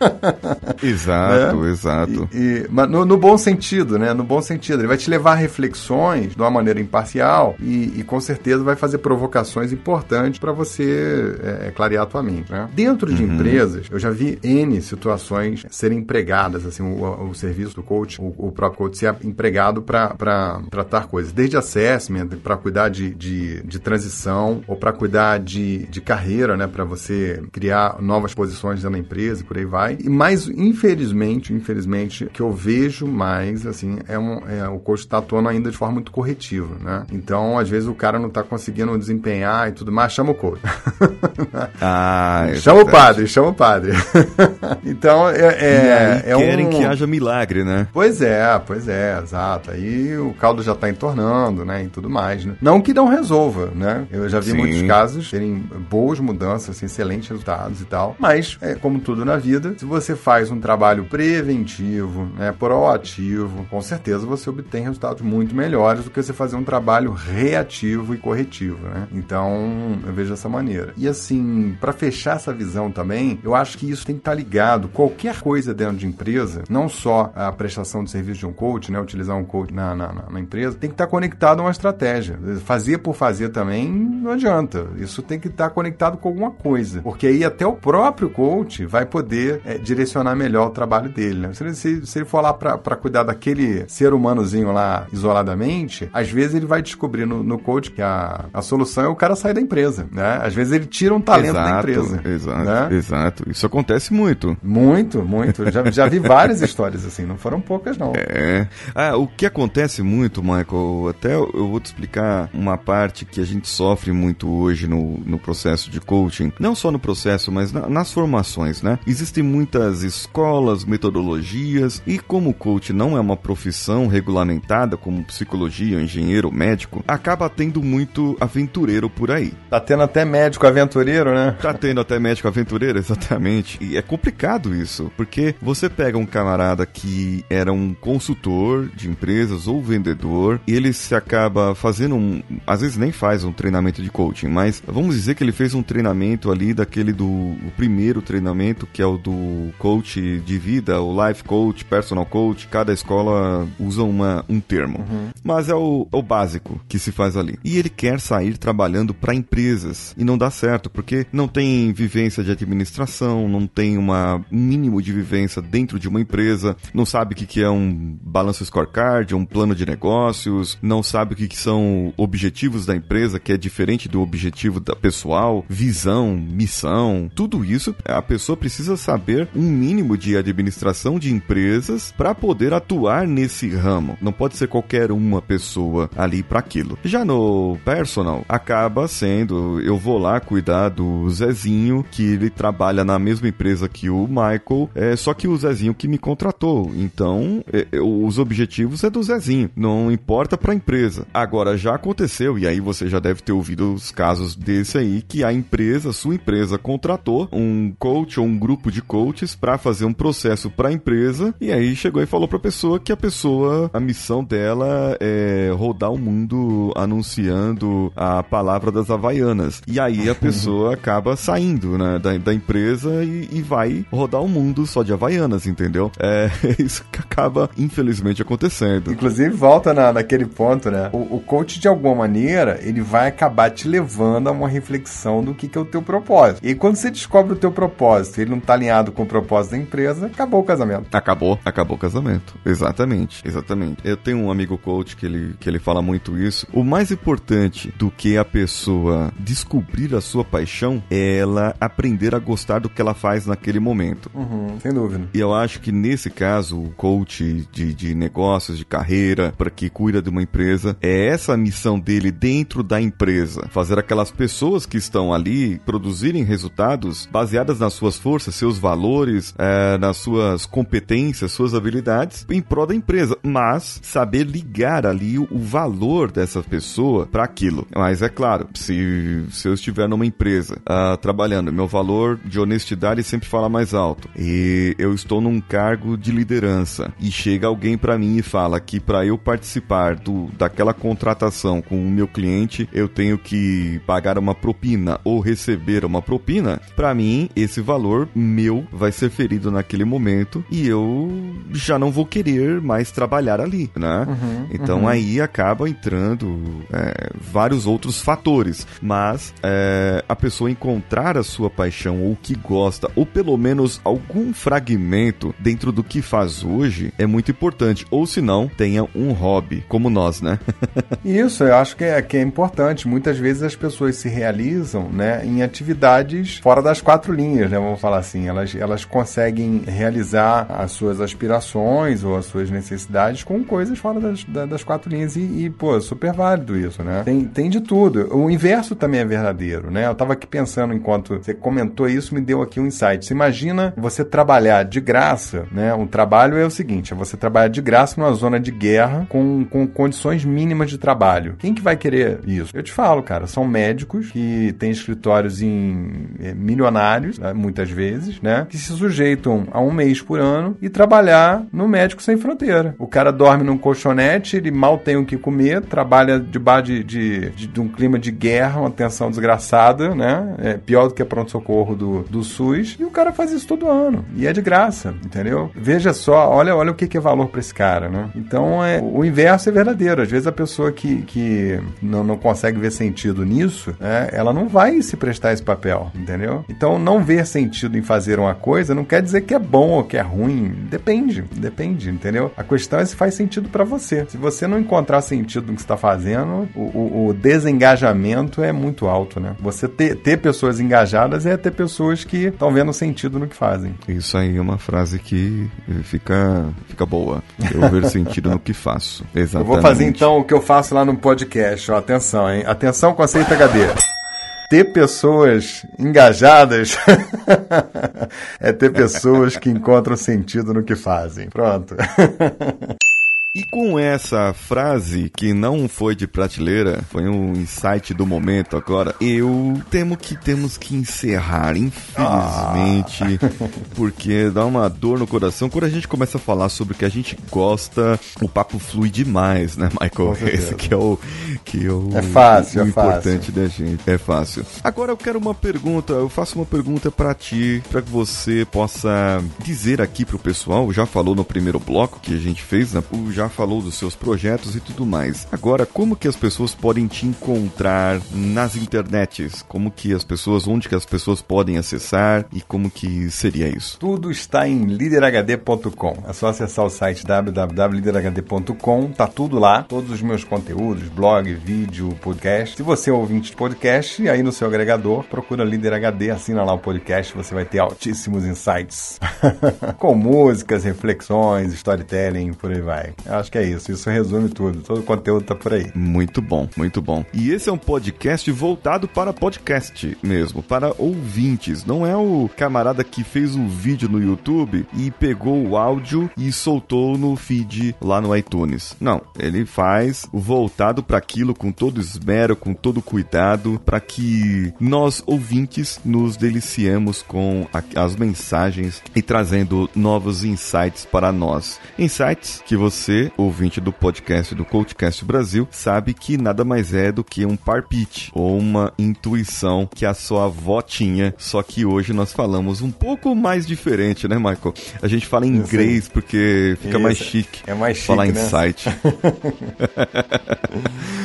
Exato, né? exato. E, e, mas no, no bom sentido, né? No bom sentido. Ele vai te levar a reflexões de uma maneira imparcial e, e com certeza vai fazer provocações importantes para você é, clarear a tua mente, né? Dentro de uhum. empresas, eu já vi N situações serem empregadas, assim, o, o serviço do coach, o, o próprio coach ser empregado para tratar coisas, desde assessment, para cuidar de, de De, de transição ou para cuidar de, de carreira, né, para você criar novas posições dentro da empresa e por aí vai. E mais, infelizmente, infelizmente, que eu vejo mais, assim, é, um, é o coach está atuando ainda de forma muito corretiva, né? Então, às vezes o cara não está conseguindo desempenhar e tudo mais, chama o coach. Ah, é chama verdade. o padre, chama o padre. Então, é, é, e aí é querem um... que haja milagre, né? Pois é, pois é, exato. Aí o caldo já está entornando, né, e tudo mais, né? Não que não resolva, né? Eu já vi Sim. muitos casos terem boas mudanças, assim, excelentes resultados e tal, mas, é, como tudo na vida, se você faz um trabalho preventivo, né, proativo, com certeza você obtém resultados muito melhores do que você fazer um trabalho reativo e corretivo, né? Então, eu vejo dessa maneira. E assim, para fechar essa visão também, eu acho que isso tem que estar ligado, qualquer coisa dentro de empresa, não só a prestação de serviço de um coach, né, utilizar um coach na, na, na empresa, tem que estar conectado a uma estratégia. Fazer por fazer também não adianta. Isso tem que estar conectado com alguma coisa. Porque aí até o próprio coach vai poder é, direcionar melhor o trabalho dele, né? Se, se, se ele for lá para cuidar daquele ser humanozinho lá isoladamente, às vezes ele vai descobrir no, no coach que a, a solução é o cara sair da empresa, né? Às vezes ele tira um talento exato, da empresa. Exato, né? exato. Isso acontece muito. Muito, muito. Já, já vi várias histórias assim, não foram poucas não. É. Ah, o que acontece muito, Michael, até eu vou te explicar uma parte que a gente sofre muito hoje no, no processo de coaching, não só no processo, mas na, nas formações, né? Existem muitas escolas, metodologias, e como o coach não é uma profissão regulamentada como psicologia, engenheiro, médico, acaba tendo muito aventureiro por aí. Tá tendo até médico aventureiro, né? Tá tendo até médico aventureiro, exatamente. E é complicado isso, porque você pega um camarada que era um consultor de empresas ou vendedor, e ele se acaba fazendo um, às vezes nem faz um treinamento de coaching, mas vamos dizer que ele fez um treinamento ali daquele do o primeiro treinamento, que é o do coach de vida, o life coach, personal coach, cada escola usa uma, um termo, uhum. mas é o, o básico que se faz ali. E ele quer sair trabalhando para empresas, e não dá certo, porque não tem vivência de administração, não tem uma, um mínimo de vivência dentro de uma empresa, não sabe o que, que é um balanço scorecard, um plano de negócios, não sabe o que, que são objetivos da empresa, que é diferente do objetivo da pessoal, visão, missão, tudo isso a pessoa precisa saber um mínimo de administração de empresas para poder atuar nesse ramo. Não pode ser qualquer uma pessoa ali para aquilo. Já no personal, acaba sendo, eu vou lá cuidar do Zezinho, que ele trabalha na mesma empresa que o Michael, é só que o Zezinho que me contratou. Então, é, os objetivos é do Zezinho, não importa para a empresa. Agora, já aconteceu, e aí você já deve ter ouvido os casos desse aí, que a empresa, sua empresa, contratou um coach ou um grupo de coaches para fazer um processo para a empresa, e aí chegou e falou para a pessoa que a pessoa, a missão dela é rodar o mundo anunciando a palavra das Havaianas. E aí a pessoa acaba saindo, né, da, da empresa e, e vai rodar o mundo só de Havaianas, entendeu? É isso que acaba, infelizmente, acontecendo. Inclusive, volta na, naquele ponto, né? O, o coach, de alguma maneira, carreira, ele vai acabar te levando a uma reflexão do que, que é o teu propósito. E quando você descobre o teu propósito e ele não está alinhado com o propósito da empresa, acabou o casamento. Acabou, acabou o casamento. Exatamente, exatamente. Eu tenho um amigo coach que ele, que ele fala muito isso. O mais importante do que a pessoa descobrir a sua paixão é ela aprender a gostar do que ela faz naquele momento. Uhum, sem dúvida. E eu acho que nesse caso, o coach de, de negócios, de carreira, para que cuida de uma empresa, é essa a missão dele dentro da empresa. Fazer aquelas pessoas que estão ali produzirem resultados baseadas nas suas forças, seus valores, é, nas suas competências, suas habilidades, em prol da empresa. Mas saber ligar ali o, o valor dessa pessoa para aquilo. Mas é claro, se, se eu estiver numa empresa uh, trabalhando, meu valor de honestidade sempre fala mais alto. E eu estou num cargo de liderança e chega alguém para mim e fala que para eu participar do, daquela contratação com o meu cliente, eu tenho que pagar uma propina ou receber uma propina, para mim, esse valor meu vai ser ferido naquele momento e eu já não vou querer mais trabalhar ali, né? Uhum, então uhum. aí acaba entrando é, vários outros fatores, mas é, a pessoa encontrar a sua paixão ou o que gosta, ou pelo menos algum fragmento dentro do que faz hoje, é muito importante, ou se não, tenha um hobby, como nós, né? Isso, eu acho que é, que é importante. Muitas vezes as pessoas se realizam, né, em atividades fora das quatro linhas, né, vamos falar assim. Elas, elas conseguem realizar as suas aspirações ou as suas necessidades com coisas fora das, das quatro linhas e, e, pô, super válido isso, né? Tem, tem de tudo. O inverso também é verdadeiro, né? Eu tava aqui pensando enquanto você comentou isso, me deu aqui um insight. Você imagina você trabalhar de graça, né? Um trabalho é o seguinte, é você trabalhar de graça numa zona de guerra com, com condições mínimas de trabalho. Quem que vai querer isso? Eu te falo, cara, são médicos que têm escritórios em é, milionários, né, muitas vezes, né? Que se sujeitam a um mês por ano e trabalhar no Médico Sem Fronteira. O cara dorme num colchonete, ele mal tem o que comer, trabalha debaixo de, de, de, de um clima de guerra, uma tensão desgraçada, né? É pior do que a pronto-socorro do, do SUS, e o cara faz isso todo ano. E é de graça, entendeu? Veja só, olha, olha o que, que é valor para esse cara, né? Então, é, o inverso é verdadeiro. Às vezes a pessoa que, que não, não consegue ver sentido nisso, né, ela não vai se prestar esse papel, entendeu? Então, não ver sentido em fazer uma coisa não quer dizer que é bom ou que é ruim. Depende, depende, entendeu? A questão é se faz sentido para você. Se você não encontrar sentido no que você está fazendo, o, o, o desengajamento é muito alto, né? Você ter, ter pessoas engajadas é ter pessoas que estão vendo sentido no que fazem. Isso aí é uma frase que fica, fica boa. Eu ver sentido no que faço. Exatamente. Eu vou fazer então o que eu faço lá no podcast. Ó, atenção, hein? Atenção, Conceito H D. Ter pessoas engajadas é ter pessoas que encontram sentido no que fazem. Pronto. E com essa frase, que não foi de prateleira, foi um insight do momento agora, eu temo que temos que encerrar, infelizmente, ah. porque dá uma dor no coração. Quando a gente começa a falar sobre o que a gente gosta, o papo flui demais, né, Michael? Esse que é o, que é o, é fácil, o é importante fácil. da gente. É fácil. Agora eu quero uma pergunta, eu faço uma pergunta pra ti, pra que você possa dizer aqui pro pessoal, já falou no primeiro bloco que a gente fez, né? Já falou dos seus projetos e tudo mais. Agora, como que as pessoas podem te encontrar nas internets? Como que as pessoas, onde que as pessoas podem acessar e como que seria isso? Tudo está em líder H D ponto com. É só acessar o site w w w ponto líder h d ponto com. Tá tudo lá. Todos os meus conteúdos, blog, vídeo, podcast. Se você é ouvinte de podcast, aí no seu agregador, procura Líder H D, assina lá o podcast, você vai ter altíssimos insights. Com músicas, reflexões, storytelling, por aí vai. Eu acho que é isso, isso resume tudo, todo o conteúdo tá por aí. Muito bom, muito bom. E esse é um podcast voltado para podcast mesmo, para ouvintes. Não é o camarada que fez um vídeo no YouTube e pegou o áudio e soltou no feed lá no iTunes. Não, ele faz o voltado para aquilo com todo esmero, com todo cuidado, para que nós, ouvintes, nos deliciemos com a, as mensagens e trazendo novos insights para nós. Insights que você, ouvinte do podcast do CoachCast Brasil, sabe que nada mais é do que um palpite ou uma intuição que a sua avó tinha, só que hoje nós falamos um pouco mais diferente, né, Michael? A gente fala em inglês porque fica isso. mais chique. É mais chique, falar né? insight.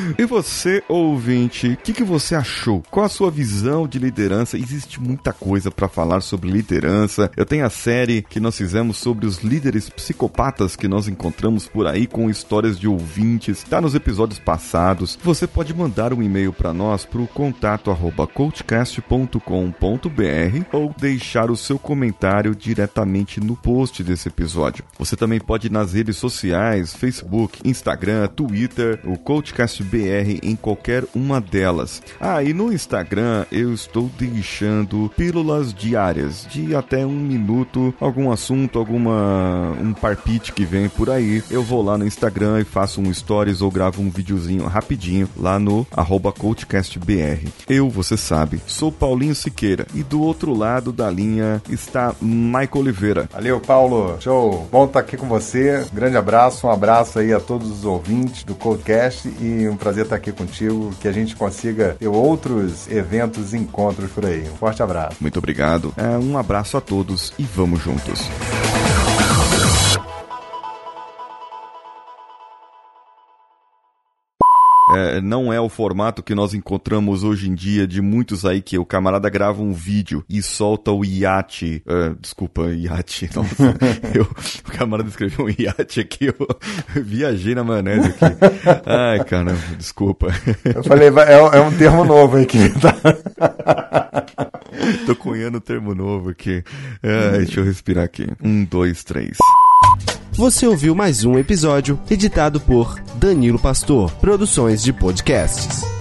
E você, ouvinte, o que, que você achou? Qual a sua visão de liderança? Existe muita coisa para falar sobre liderança. Eu tenho a série que nós fizemos sobre os líderes psicopatas que nós encontramos por aí, com histórias de ouvintes. Tá nos episódios passados. Você pode mandar um e-mail para nós pro contato arroba coachcast ponto com ponto b r ou deixar o seu comentário diretamente no post desse episódio. Você também pode ir nas redes sociais, Facebook, Instagram, Twitter, o Coachcast B R em qualquer uma delas. Ah, e no Instagram eu estou deixando pílulas diárias de até um minuto, algum assunto, alguma um parpite que vem por aí. Eu vou lá no Instagram e faço um stories ou gravo um videozinho rapidinho lá no arroba CoachCastBR. Eu, você sabe, sou Paulinho Siqueira e do outro lado da linha está Maico Oliveira. Valeu, Paulo. Show. Bom estar aqui com você. Grande abraço, um abraço aí a todos os ouvintes do Coachcast e um prazer estar aqui contigo, que a gente consiga ter outros eventos e encontros por aí. Um forte abraço. Muito obrigado. É, um abraço a todos e vamos juntos. É, não é o formato que nós encontramos hoje em dia de muitos aí que o camarada grava um vídeo e solta o iate. Uh, desculpa, iate. Nossa, eu, o camarada escreveu um iate aqui, eu viajei na maionese aqui. Ai, caramba, desculpa. Eu falei, é, é um termo novo aí que tá. Tô cunhando um termo novo aqui. Ai, deixa eu respirar aqui. Um, dois, três. Você ouviu mais um episódio editado por Danilo Pastor, Produções de Podcasts.